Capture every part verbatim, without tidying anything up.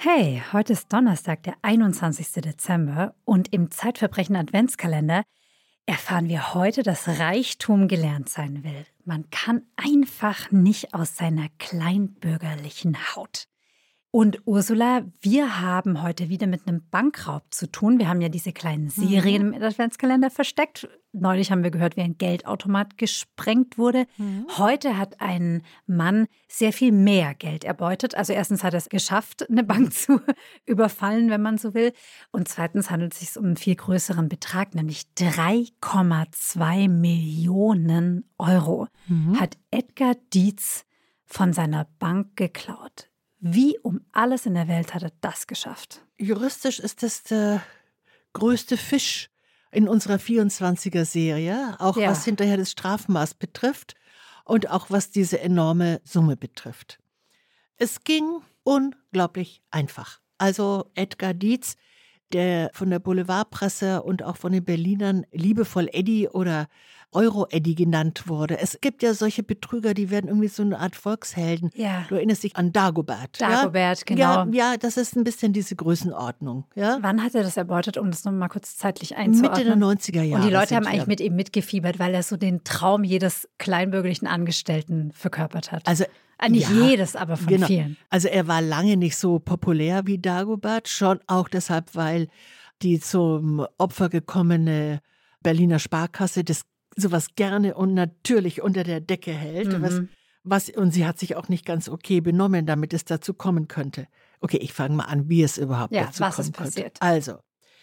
Hey, heute ist Donnerstag, der einundzwanzigster Dezember und im Zeitverbrechen Adventskalender erfahren wir heute, dass Reichtum gelernt sein will. Man kann einfach nicht aus seiner kleinbürgerlichen Haut. Und Ursula, wir haben heute wieder mit einem Bankraub zu tun. Wir haben ja diese kleinen Serien im Adventskalender versteckt. Neulich haben wir gehört, wie ein Geldautomat gesprengt wurde. Mhm. Heute hat ein Mann sehr viel mehr Geld erbeutet. Also erstens hat er es geschafft, eine Bank zu überfallen, wenn man so will. Und zweitens handelt es sich um einen viel größeren Betrag, nämlich drei Komma zwei Millionen Euro mhm. hat Edgar Dietz von seiner Bank geklaut. Wie um alles in der Welt hat er das geschafft? Juristisch ist das der größte Fisch in unserer vierundzwanziger-Serie, auch ja. was hinterher das Strafmaß betrifft und auch was diese enorme Summe betrifft. Es ging unglaublich einfach. Also Edgar Dietz, der von der Boulevardpresse und auch von den Berlinern liebevoll Eddie oder Euro-Eddie genannt wurde. Es gibt ja solche Betrüger, die werden irgendwie so eine Art Volkshelden. Ja. Du erinnerst dich an Dagobert. Dagobert, ja? genau. Ja, ja, das ist ein bisschen diese Größenordnung. Ja? Wann hat er das erbeutet, um das nochmal kurz zeitlich einzuordnen? Mitte der neunziger Jahre. Und die Leute haben eigentlich mit ihm mitgefiebert, weil er so den Traum jedes kleinbürgerlichen Angestellten verkörpert hat. Also Nicht ja, jedes, aber von genau. vielen. Also er war lange nicht so populär wie Dagobert, schon auch deshalb, weil die zum Opfer gekommene Berliner Sparkasse das sowas gerne und natürlich unter der Decke hält. Mhm. Was, was, und sie hat sich auch nicht ganz okay benommen, damit es dazu kommen könnte. Okay, ich fange mal an, wie es überhaupt ja, dazu was kommen ist passiert? könnte. Also,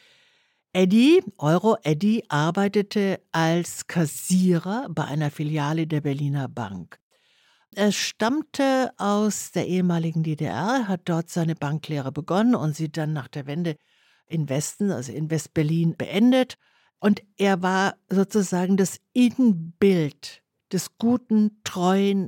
Eddie, Euro-Eddie, arbeitete als Kassierer bei einer Filiale der Berliner Bank. Er stammte aus der ehemaligen D D R, hat dort seine Banklehre begonnen und sie dann nach der Wende in Westen, also in West-Berlin, beendet. Und er war sozusagen das Innenbild des guten, treuen,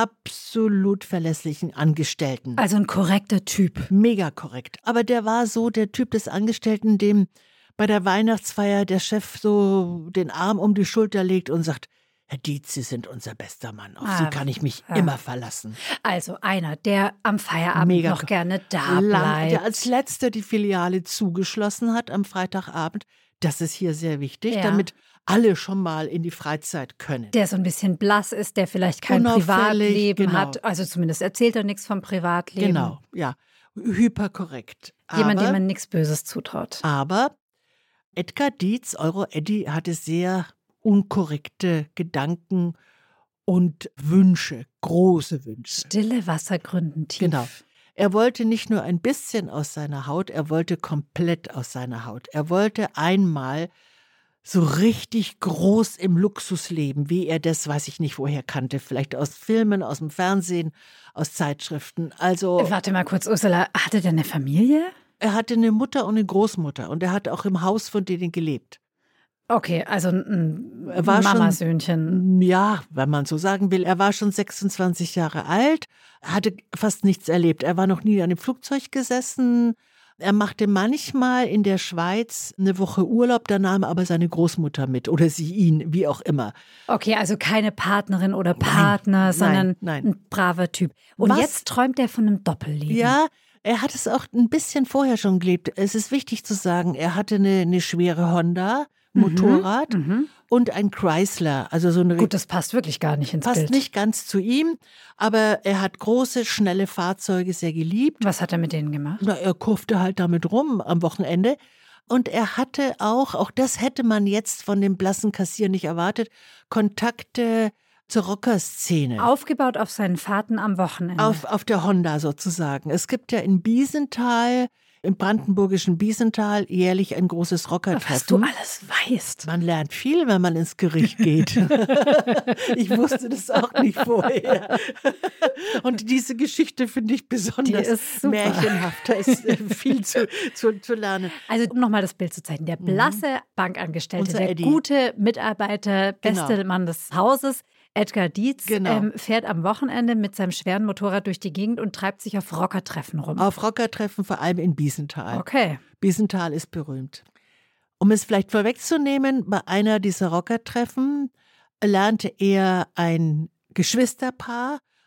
absolut verlässlichen Angestellten. Also ein korrekter Typ. Mega korrekt. Aber der war so der Typ des Angestellten, dem bei der Weihnachtsfeier der Chef so den Arm um die Schulter legt und sagt: Herr Dietz, Sie sind unser bester Mann. Auf ah, Sie kann ich mich ja. immer verlassen. Also einer, der am Feierabend Mega noch gerne da lang, bleibt. Der als letzter die Filiale zugeschlossen hat am Freitagabend. Das ist hier sehr wichtig, ja. damit alle schon mal in die Freizeit können. Der so ein bisschen blass ist, der vielleicht kein Privatleben genau. hat. Also zumindest erzählt er nichts vom Privatleben. Genau, ja. Hyperkorrekt. Jemand, aber, dem man nichts Böses zutraut. Aber Edgar Dietz, Euro-Eddie, hatte sehr unkorrekte Gedanken und Wünsche, große Wünsche. Stille Wasser gründen tief. Genau. Er wollte nicht nur ein bisschen aus seiner Haut, er wollte komplett aus seiner Haut. Er wollte einmal so richtig groß im Luxus leben, wie er das, weiß ich nicht, woher kannte. Vielleicht aus Filmen, aus dem Fernsehen, aus Zeitschriften. Also Warte mal kurz, Ursula, hatte der eine Familie? Er hatte eine Mutter und eine Großmutter und er hat auch im Haus von denen gelebt. Okay, also ein Mamasöhnchen. Ja, wenn man so sagen will. Er war schon sechsundzwanzig Jahre alt, hatte fast nichts erlebt. Er war noch nie an einem Flugzeug gesessen. Er machte manchmal in der Schweiz eine Woche Urlaub, da nahm aber seine Großmutter mit oder sie ihn, wie auch immer. Okay, also keine Partnerin oder Partner, nein, sondern nein, nein. ein braver Typ. Und Was? jetzt träumt er von einem Doppelleben. Ja, er hat es auch ein bisschen vorher schon gelebt. Es ist wichtig zu sagen, er hatte eine, eine schwere Honda, Motorrad mhm, und ein Chrysler. Also so eine Gut, das passt wirklich gar nicht ins passt Bild. Passt nicht ganz zu ihm, aber er hat große, schnelle Fahrzeuge sehr geliebt. Was hat er mit denen gemacht? Na, er kurfte halt damit rum am Wochenende. Und er hatte auch, auch das hätte man jetzt von dem blassen Kassier nicht erwartet, Kontakte zur Rockerszene. Aufgebaut auf seinen Fahrten am Wochenende. Auf, auf der Honda sozusagen. Es gibt ja in Biesenthal, im brandenburgischen Biesenthal, jährlich ein großes Rockertreffen. Was du alles weißt. Man lernt viel, wenn man ins Gericht geht. Ich wusste das auch nicht vorher. Und diese Geschichte finde ich besonders märchenhaft. Da ist viel zu, zu, zu lernen. Also um nochmal das Bild zu zeigen. Der blasse mhm. Bankangestellte, Unser der Eddie. gute Mitarbeiter, beste Genau. Mann des Hauses, Edgar Dietz, Genau. ähm, fährt am Wochenende mit seinem schweren Motorrad durch die Gegend und treibt sich auf Rockertreffen rum. Auf Rockertreffen, vor allem in Biesenthal. Okay. Biesenthal ist berühmt. Um es vielleicht vorwegzunehmen, bei einer dieser Rockertreffen lernte er ein Geschwisterpaar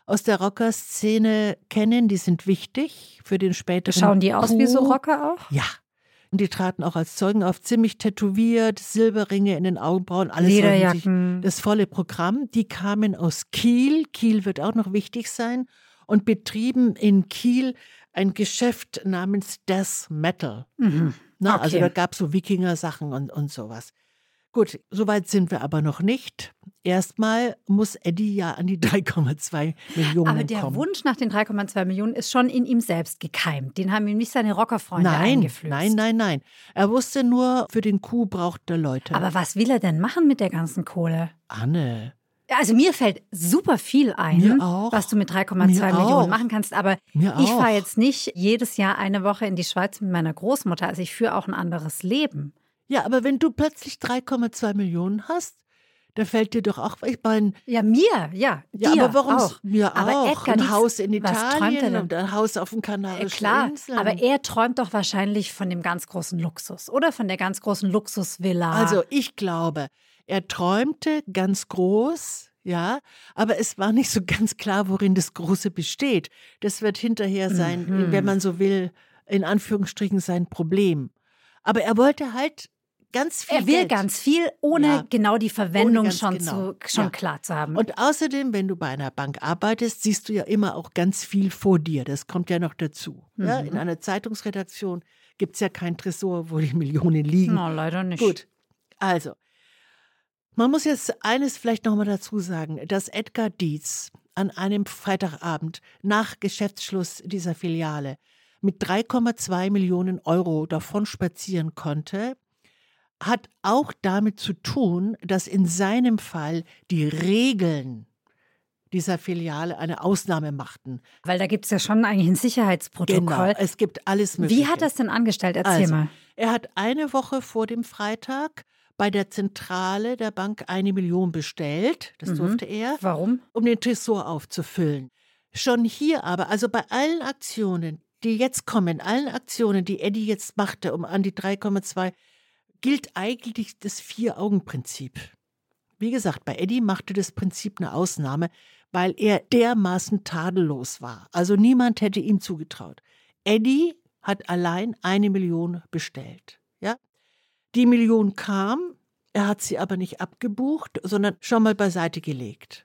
aus der Rockerszene kennen, die sind wichtig für den späteren Schauen die aus Coup. wie so Rocker auch? Ja. Und die traten auch als Zeugen auf, ziemlich tätowiert, Silberringe in den Augenbrauen, alles Lederjacken. Das volle Programm. Die kamen aus Kiel. Kiel wird auch noch wichtig sein. Und betrieben in Kiel ein Geschäft namens Death Metal. Mhm. Na, Okay. Also da gab es so Wikinger-Sachen und, und sowas. Gut, soweit sind wir aber noch nicht. Erstmal muss Eddie ja an die drei Komma zwei Millionen Aber der kommen. Wunsch nach den drei Komma zwei Millionen ist schon in ihm selbst gekeimt. Den haben ihm nicht seine Rockerfreunde Nein, eingeflößt. nein, nein, nein. Er wusste nur, für den Coup braucht er Leute. Aber was will er denn machen mit der ganzen Kohle? Anne, Also mir fällt super viel ein, Mir auch. was du mit drei Komma zwei Mir Millionen auch. machen kannst. Aber Mir ich auch. fahre jetzt nicht jedes Jahr eine Woche in die Schweiz mit meiner Großmutter. Also ich führe auch ein anderes Leben. ja, aber wenn du plötzlich drei Komma zwei Millionen hast, da fällt dir doch auch, ich meine, Ja, mir, ja. ja, dir aber warum auch. mir Aber auch? Edgar, ein nichts- Haus in was träumt er Italien denn? und ein Haus auf den Äh, Kanarischen Klar, Inseln. aber er träumt doch wahrscheinlich von dem ganz großen Luxus oder von der ganz großen Luxusvilla. Also ich glaube, er träumte ganz groß, ja, aber es war nicht so ganz klar, worin das Große besteht. Das wird hinterher sein, Mhm. wenn man so will, in Anführungsstrichen sein Problem. Aber er wollte halt ganz viel er will Geld. ganz viel, ohne Ja, genau die Verwendung ganz schon, genau. zu, schon Ja. klar zu haben. Und außerdem, wenn du bei einer Bank arbeitest, siehst du ja immer auch ganz viel vor dir. Das kommt ja noch dazu. Ja, Mhm. in einer Zeitungsredaktion gibt es ja kein Tresor, wo die Millionen liegen. No, leider nicht. Gut, also, man muss jetzt eines vielleicht noch mal dazu sagen, dass Edgar Dietz an einem Freitagabend nach Geschäftsschluss dieser Filiale mit drei Komma zwei Millionen Euro davon spazieren konnte, hat auch damit zu tun, dass in seinem Fall die Regeln dieser Filiale eine Ausnahme machten. Weil da gibt es ja schon eigentlich ein Sicherheitsprotokoll. Genau, es gibt alles Mögliche. Wie hat er es denn angestellt? Erzähl Also, mal. er hat eine Woche vor dem Freitag bei der Zentrale der Bank eine Million bestellt, das Mhm. durfte er, Warum? um den Tresor aufzufüllen. Schon hier aber, also bei allen Aktionen, die jetzt kommen, allen Aktionen, die Eddie jetzt machte, um an die drei Komma zwei, gilt eigentlich das Vier-Augen-Prinzip. Wie gesagt, bei Eddie machte das Prinzip eine Ausnahme, weil er dermaßen tadellos war. Also niemand hätte ihm zugetraut. Eddie hat allein eine Million bestellt. Ja? Die Million kam, er hat sie aber nicht abgebucht, sondern schon mal beiseite gelegt.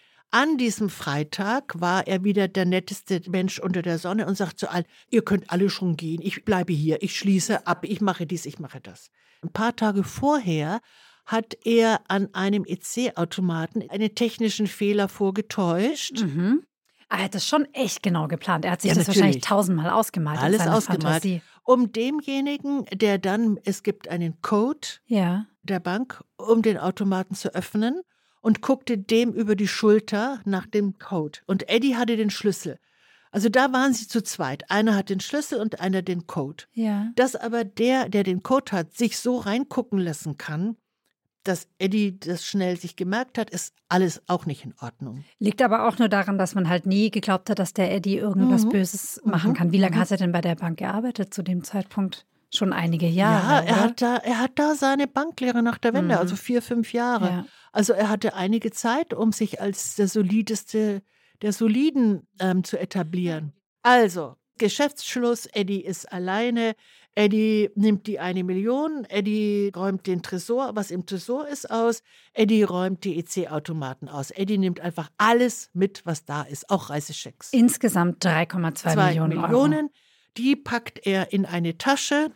An diesem Freitag war er wieder der netteste Mensch unter der Sonne und sagt zu allen, ihr könnt alle schon gehen, ich bleibe hier, ich schließe ab, ich mache dies, ich mache das. Ein paar Tage vorher hat er an einem E C-Automaten einen technischen Fehler vorgetäuscht. Mhm. Aber er hat das schon echt genau geplant. Er hat sich Ja, das natürlich. wahrscheinlich tausendmal ausgemalt. in Alles seiner ausgemalt. Fantasie. Um demjenigen, der dann, es gibt einen Code Ja. der Bank, um den Automaten zu öffnen, und guckte dem über die Schulter nach dem Code. Und Eddie hatte den Schlüssel. Also da waren sie zu zweit. Einer hat den Schlüssel und einer den Code. Ja. Dass aber der, der den Code hat, sich so reingucken lassen kann, dass Eddie das schnell sich gemerkt hat, ist alles auch nicht in Ordnung. Liegt aber auch nur daran, dass man halt nie geglaubt hat, dass der Eddie irgendwas Mhm. Böses machen Mhm. kann. Wie lange Mhm. hat er denn bei der Bank gearbeitet zu dem Zeitpunkt? Schon einige Jahre, Ja, er oder? hat, da, er hat da seine Banklehre nach der Wende, Mhm. also vier, fünf Jahre. Ja. Also er hatte einige Zeit, um sich als der solideste der Soliden ähm, zu etablieren. Also, Geschäftsschluss, Eddie ist alleine, Eddie nimmt die eine Million, Eddie räumt den Tresor, was im Tresor ist, aus, Eddie räumt die E C-Automaten aus. Eddie nimmt einfach alles mit, was da ist, auch Reiseschecks. Insgesamt drei Komma zwei Zwei Millionen Euro. Millionen, die packt er in eine Tasche,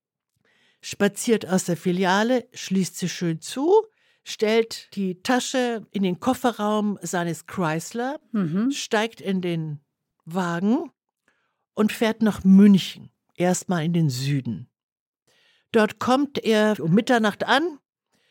spaziert aus der Filiale, schließt sie schön zu, stellt die Tasche in den Kofferraum seines Chrysler, Mhm. steigt in den Wagen und fährt nach München, erstmal in den Süden. Dort kommt er um Mitternacht an,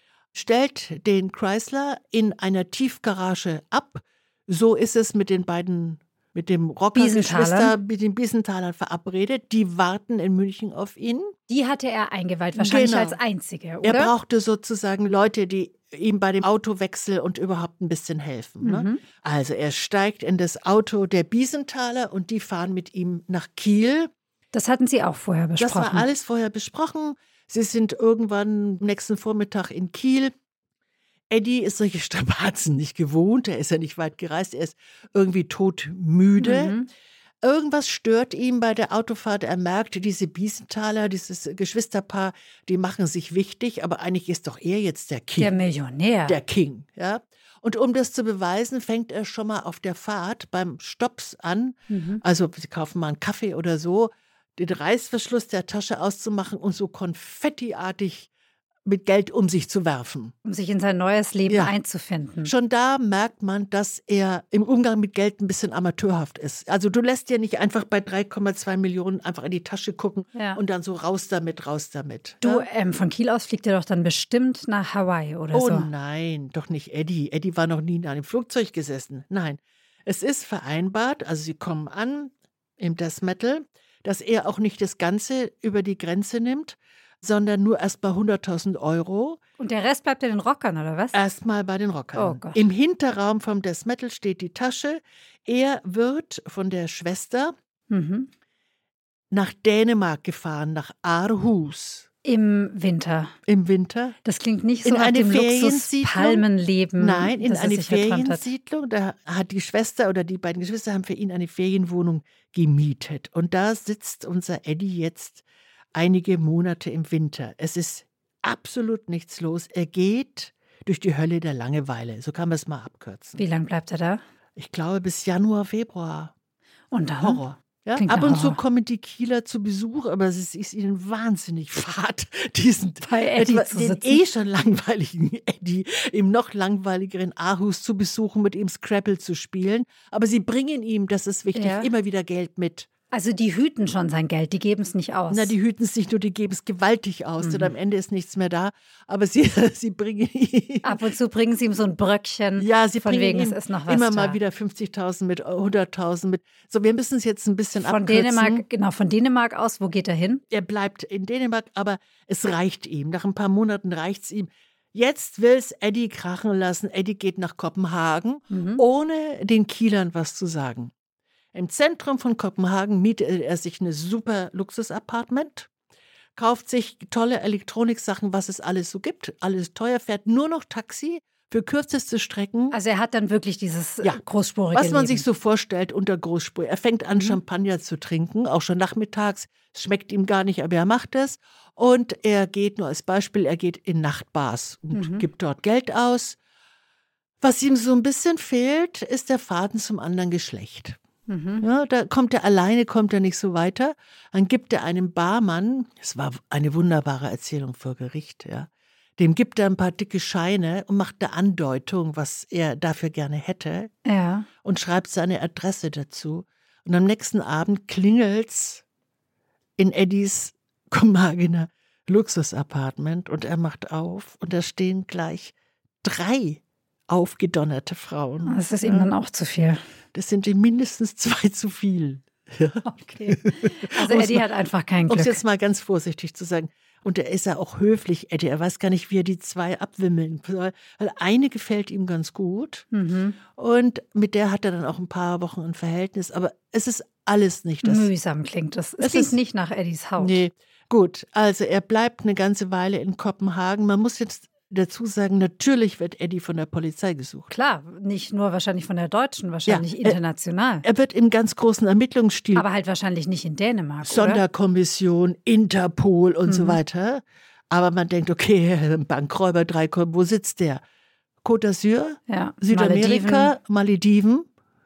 stellt den Chrysler in einer Tiefgarage ab. So ist es mit den beiden, mit dem Rocker-Geschwister, Biesenthalern. mit den Biesenthalern verabredet. Die warten in München auf ihn. Die hatte er eingeweiht, wahrscheinlich Genau. als einzige, Er oder? brauchte sozusagen Leute, die ihm bei dem Autowechsel und überhaupt ein bisschen helfen. Ne? Mhm. Also er steigt in das Auto der Biesenthaler und die fahren mit ihm nach Kiel. Das hatten Sie auch vorher Das besprochen. war alles vorher besprochen. Sie sind irgendwann nächsten Vormittag in Kiel. Eddie ist solche Strapazen nicht gewohnt, er ist ja nicht weit gereist, er ist irgendwie todmüde. Mhm. Irgendwas stört ihn bei der Autofahrt. Er merkt, diese Biesenthaler, dieses Geschwisterpaar, die machen sich wichtig, aber eigentlich ist doch er jetzt der King. Der Millionär. Der King, ja. Und um das zu beweisen, fängt er schon mal auf der Fahrt beim Stopps an. Mhm. Also sie kaufen mal einen Kaffee oder so, den Reißverschluss der Tasche auszumachen und so konfettiartig mit Geld um sich zu werfen. Um sich in sein neues Leben ja. einzufinden. Schon da merkt man, dass er im Umgang mit Geld ein bisschen amateurhaft ist. Also du lässt dir nicht einfach bei drei Komma zwei Millionen einfach in die Tasche gucken ja. und dann so raus damit, raus damit. Du, ja? ähm, von Kiel aus fliegt er doch dann bestimmt nach Hawaii oder oh, so. Oh nein, doch nicht Eddie. Eddie war noch nie in einem Flugzeug gesessen. Nein, es ist vereinbart, also sie kommen an im Death Metal, dass er auch nicht das Ganze über die Grenze nimmt, sondern nur erst bei hunderttausend Euro. Und der Rest bleibt bei den Rockern, oder was? Erstmal bei den Rockern. Oh Gott. Im Hinterraum vom Death Metal steht die Tasche. Er wird von der Schwester mhm. nach Dänemark gefahren, nach Aarhus. Im Winter. Im Winter. Das klingt nicht so in nach eine dem Luxus-Palmenleben. Nein, in eine Feriensiedlung. Da hat die Schwester oder die beiden Geschwister haben für ihn eine Ferienwohnung gemietet. Und da sitzt unser Eddie jetzt einige Monate im Winter. Es ist absolut nichts los. Er geht durch die Hölle der Langeweile. So kann man es mal abkürzen. Wie lange bleibt er da? Ich glaube bis Januar, Februar. Und dann? Horror. Ja? Ab und zu kommen die Kieler zu Besuch, aber es ist ihnen wahnsinnig fad, diesen bei Eddie etwa, zu den sitzen. eh schon langweiligen Eddie im noch langweiligeren Aarhus zu besuchen, mit ihm Scrabble zu spielen. Aber sie bringen ihm, das ist wichtig, ja. immer wieder Geld mit. Also die hüten schon sein Geld, die geben es nicht aus. Na, die hüten es nicht nur, die geben es gewaltig aus. Mhm. Und am Ende ist nichts mehr da. Aber sie, sie bringen ihm… Ab und zu bringen sie ihm so ein Bröckchen, ja, sie von bringen wegen, ihm es ist noch was immer da. mal wieder fünfzigtausend mit, hunderttausend mit. So, wir müssen es jetzt ein bisschen von abkürzen. Dänemark, genau, von Dänemark aus, wo geht er hin? Er bleibt in Dänemark, aber es reicht ihm. Nach ein paar Monaten reicht es ihm. Jetzt will es Eddie krachen lassen. Eddie geht nach Kopenhagen, mhm. ohne den Kielern was zu sagen. Im Zentrum von Kopenhagen mietet er sich eine super Luxus-Appartement, kauft sich tolle Elektroniksachen, was es alles so gibt, alles teuer, fährt nur noch Taxi für kürzeste Strecken. Also er hat dann wirklich dieses ja, großspurige was man Leben. sich so vorstellt unter Großspur. Er fängt an, mhm. Champagner zu trinken, auch schon nachmittags. Es schmeckt ihm gar nicht, aber er macht es. Und er geht, nur als Beispiel, er geht in Nachtbars und mhm. gibt dort Geld aus. Was ihm so ein bisschen fehlt, ist der Faden zum anderen Geschlecht. Mhm. Ja, da kommt er alleine, kommt er nicht so weiter. Dann gibt er einem Barmann, es war eine wunderbare Erzählung vor Gericht, ja, dem gibt er ein paar dicke Scheine und macht eine Andeutung, was er dafür gerne hätte. Ja. Und schreibt seine Adresse dazu. Und am nächsten Abend klingelt's in Eddies Kopenhagener Luxus-Apartment und er macht auf und da stehen gleich drei aufgedonnerte Frauen. Das ist ihm ja. dann auch zu viel. Das sind ihm mindestens zwei zu viel. Ja. Okay. Also Eddie mal, hat einfach kein Glück. Um es jetzt mal ganz vorsichtig zu sagen. Und er ist ja auch höflich, Eddie. Er weiß gar nicht, wie er die zwei abwimmeln soll. Weil eine gefällt ihm ganz gut. Mhm. Und mit der hat er dann auch ein paar Wochen ein Verhältnis. Aber es ist alles nicht das. Mühsam klingt das. Es, es klingt ist, nicht nach Eddies Haut. Nee. Gut, also er bleibt eine ganze Weile in Kopenhagen. Man muss jetzt dazu sagen, natürlich wird Eddie von der Polizei gesucht. Klar, nicht nur wahrscheinlich von der deutschen, wahrscheinlich ja, international. Er, er wird im ganz großen Ermittlungsstil. Aber halt wahrscheinlich nicht in Dänemark, Sonderkommission, oder? Interpol und mhm. so weiter. Aber man denkt, okay, Bankräuber, drei, wo sitzt der? Côte d'Azur, ja, Südamerika, Malediven. Malediven.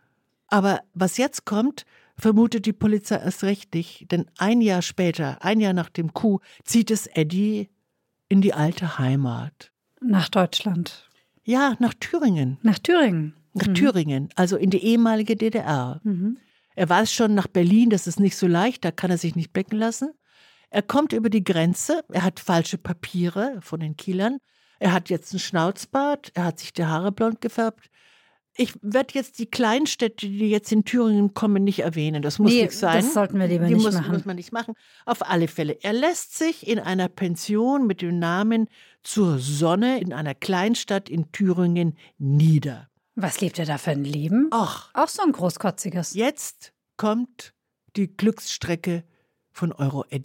Aber was jetzt kommt, vermutet die Polizei erst recht nicht. Denn ein Jahr später, ein Jahr nach dem Coup, zieht es Eddie in die alte Heimat. Nach Deutschland? Ja, nach Thüringen. Nach Thüringen? Nach mhm. Thüringen, also in die ehemalige D D R. Mhm. Er weiß schon, nach Berlin, das ist nicht so leicht, da kann er sich nicht blicken lassen. Er kommt über die Grenze, er hat falsche Papiere von den Kielern, er hat jetzt einen Schnauzbart, er hat sich die Haare blond gefärbt. Ich werde jetzt die Kleinstädte, die jetzt in Thüringen kommen, nicht erwähnen. Das muss nee, nicht sein. Das sollten wir lieber die nicht muss, machen. muss man nicht machen. Auf alle Fälle. Er lässt sich in einer Pension mit dem Namen Zur Sonne in einer Kleinstadt in Thüringen nieder. Was lebt er da für ein Leben? Ach. Auch so ein großkotziges. Jetzt kommt die Glücksstrecke von Euro Eddie.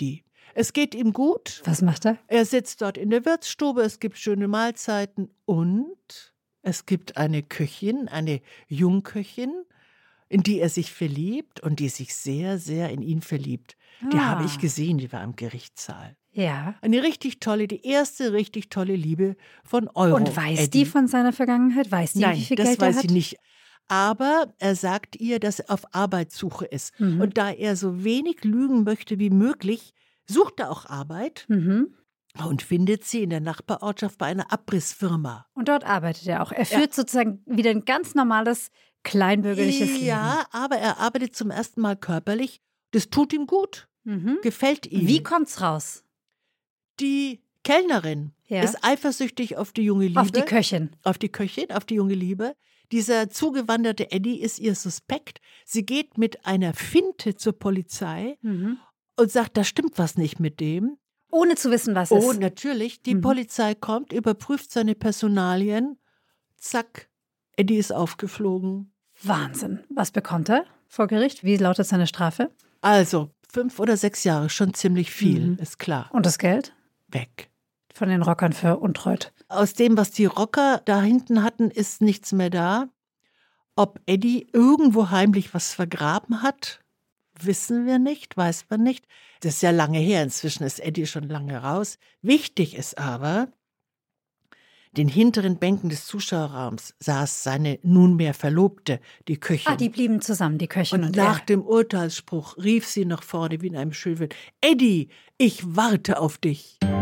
Es geht ihm gut. Was macht er? Er sitzt dort in der Wirtsstube, es gibt schöne Mahlzeiten und es gibt eine Köchin, eine Jungköchin, in die er sich verliebt und die sich sehr, sehr in ihn verliebt. Die Ah. habe ich gesehen, die war im Gerichtssaal. Ja. Eine richtig tolle, die erste richtig tolle Liebe von Euro. Und weiß Eddie. die von seiner Vergangenheit? Weiß die, Nein, wie viel das Geld er weiß hat? sie nicht. Aber er sagt ihr, dass er auf Arbeitssuche ist. Mhm. Und da er so wenig lügen möchte wie möglich, sucht er auch Arbeit Mhm. und findet sie in der Nachbarortschaft bei einer Abrissfirma. Und dort arbeitet er auch. Er führt sozusagen wieder ein ganz normales, kleinbürgerliches Leben. Ja, aber er arbeitet zum ersten Mal körperlich. Das tut ihm gut, Mhm. gefällt ihm. Wie kommt's raus? Die Kellnerin Ja. ist eifersüchtig auf die junge Liebe. Auf die Köchin. Auf die Köchin, auf die junge Liebe. Dieser zugewanderte Eddie ist ihr suspekt. Sie geht mit einer Finte zur Polizei Mhm. und sagt, da stimmt was nicht mit dem. Ohne zu wissen, was Oh, ist. natürlich. Die Mhm. Polizei kommt, überprüft seine Personalien. Zack, Eddie ist aufgeflogen. Wahnsinn. Was bekommt er vor Gericht? Wie lautet seine Strafe? Also, fünf oder sechs Jahre, schon ziemlich viel, Mhm. ist klar. Und das Geld? Weg. Von den Rockern veruntreut. Aus dem, was die Rocker da hinten hatten, ist nichts mehr da. Ob Eddie irgendwo heimlich was vergraben hat, wissen wir nicht, weiß man nicht. Das ist ja lange her, inzwischen ist Eddie schon lange raus. Wichtig ist aber, den hinteren Bänken des Zuschauerraums saß seine nunmehr Verlobte, die Köchin. Ah, die blieben zusammen, die Köchin und, und und nach er. dem Urteilsspruch rief sie nach vorne wie in einem Schönwind: Eddie, ich warte auf dich.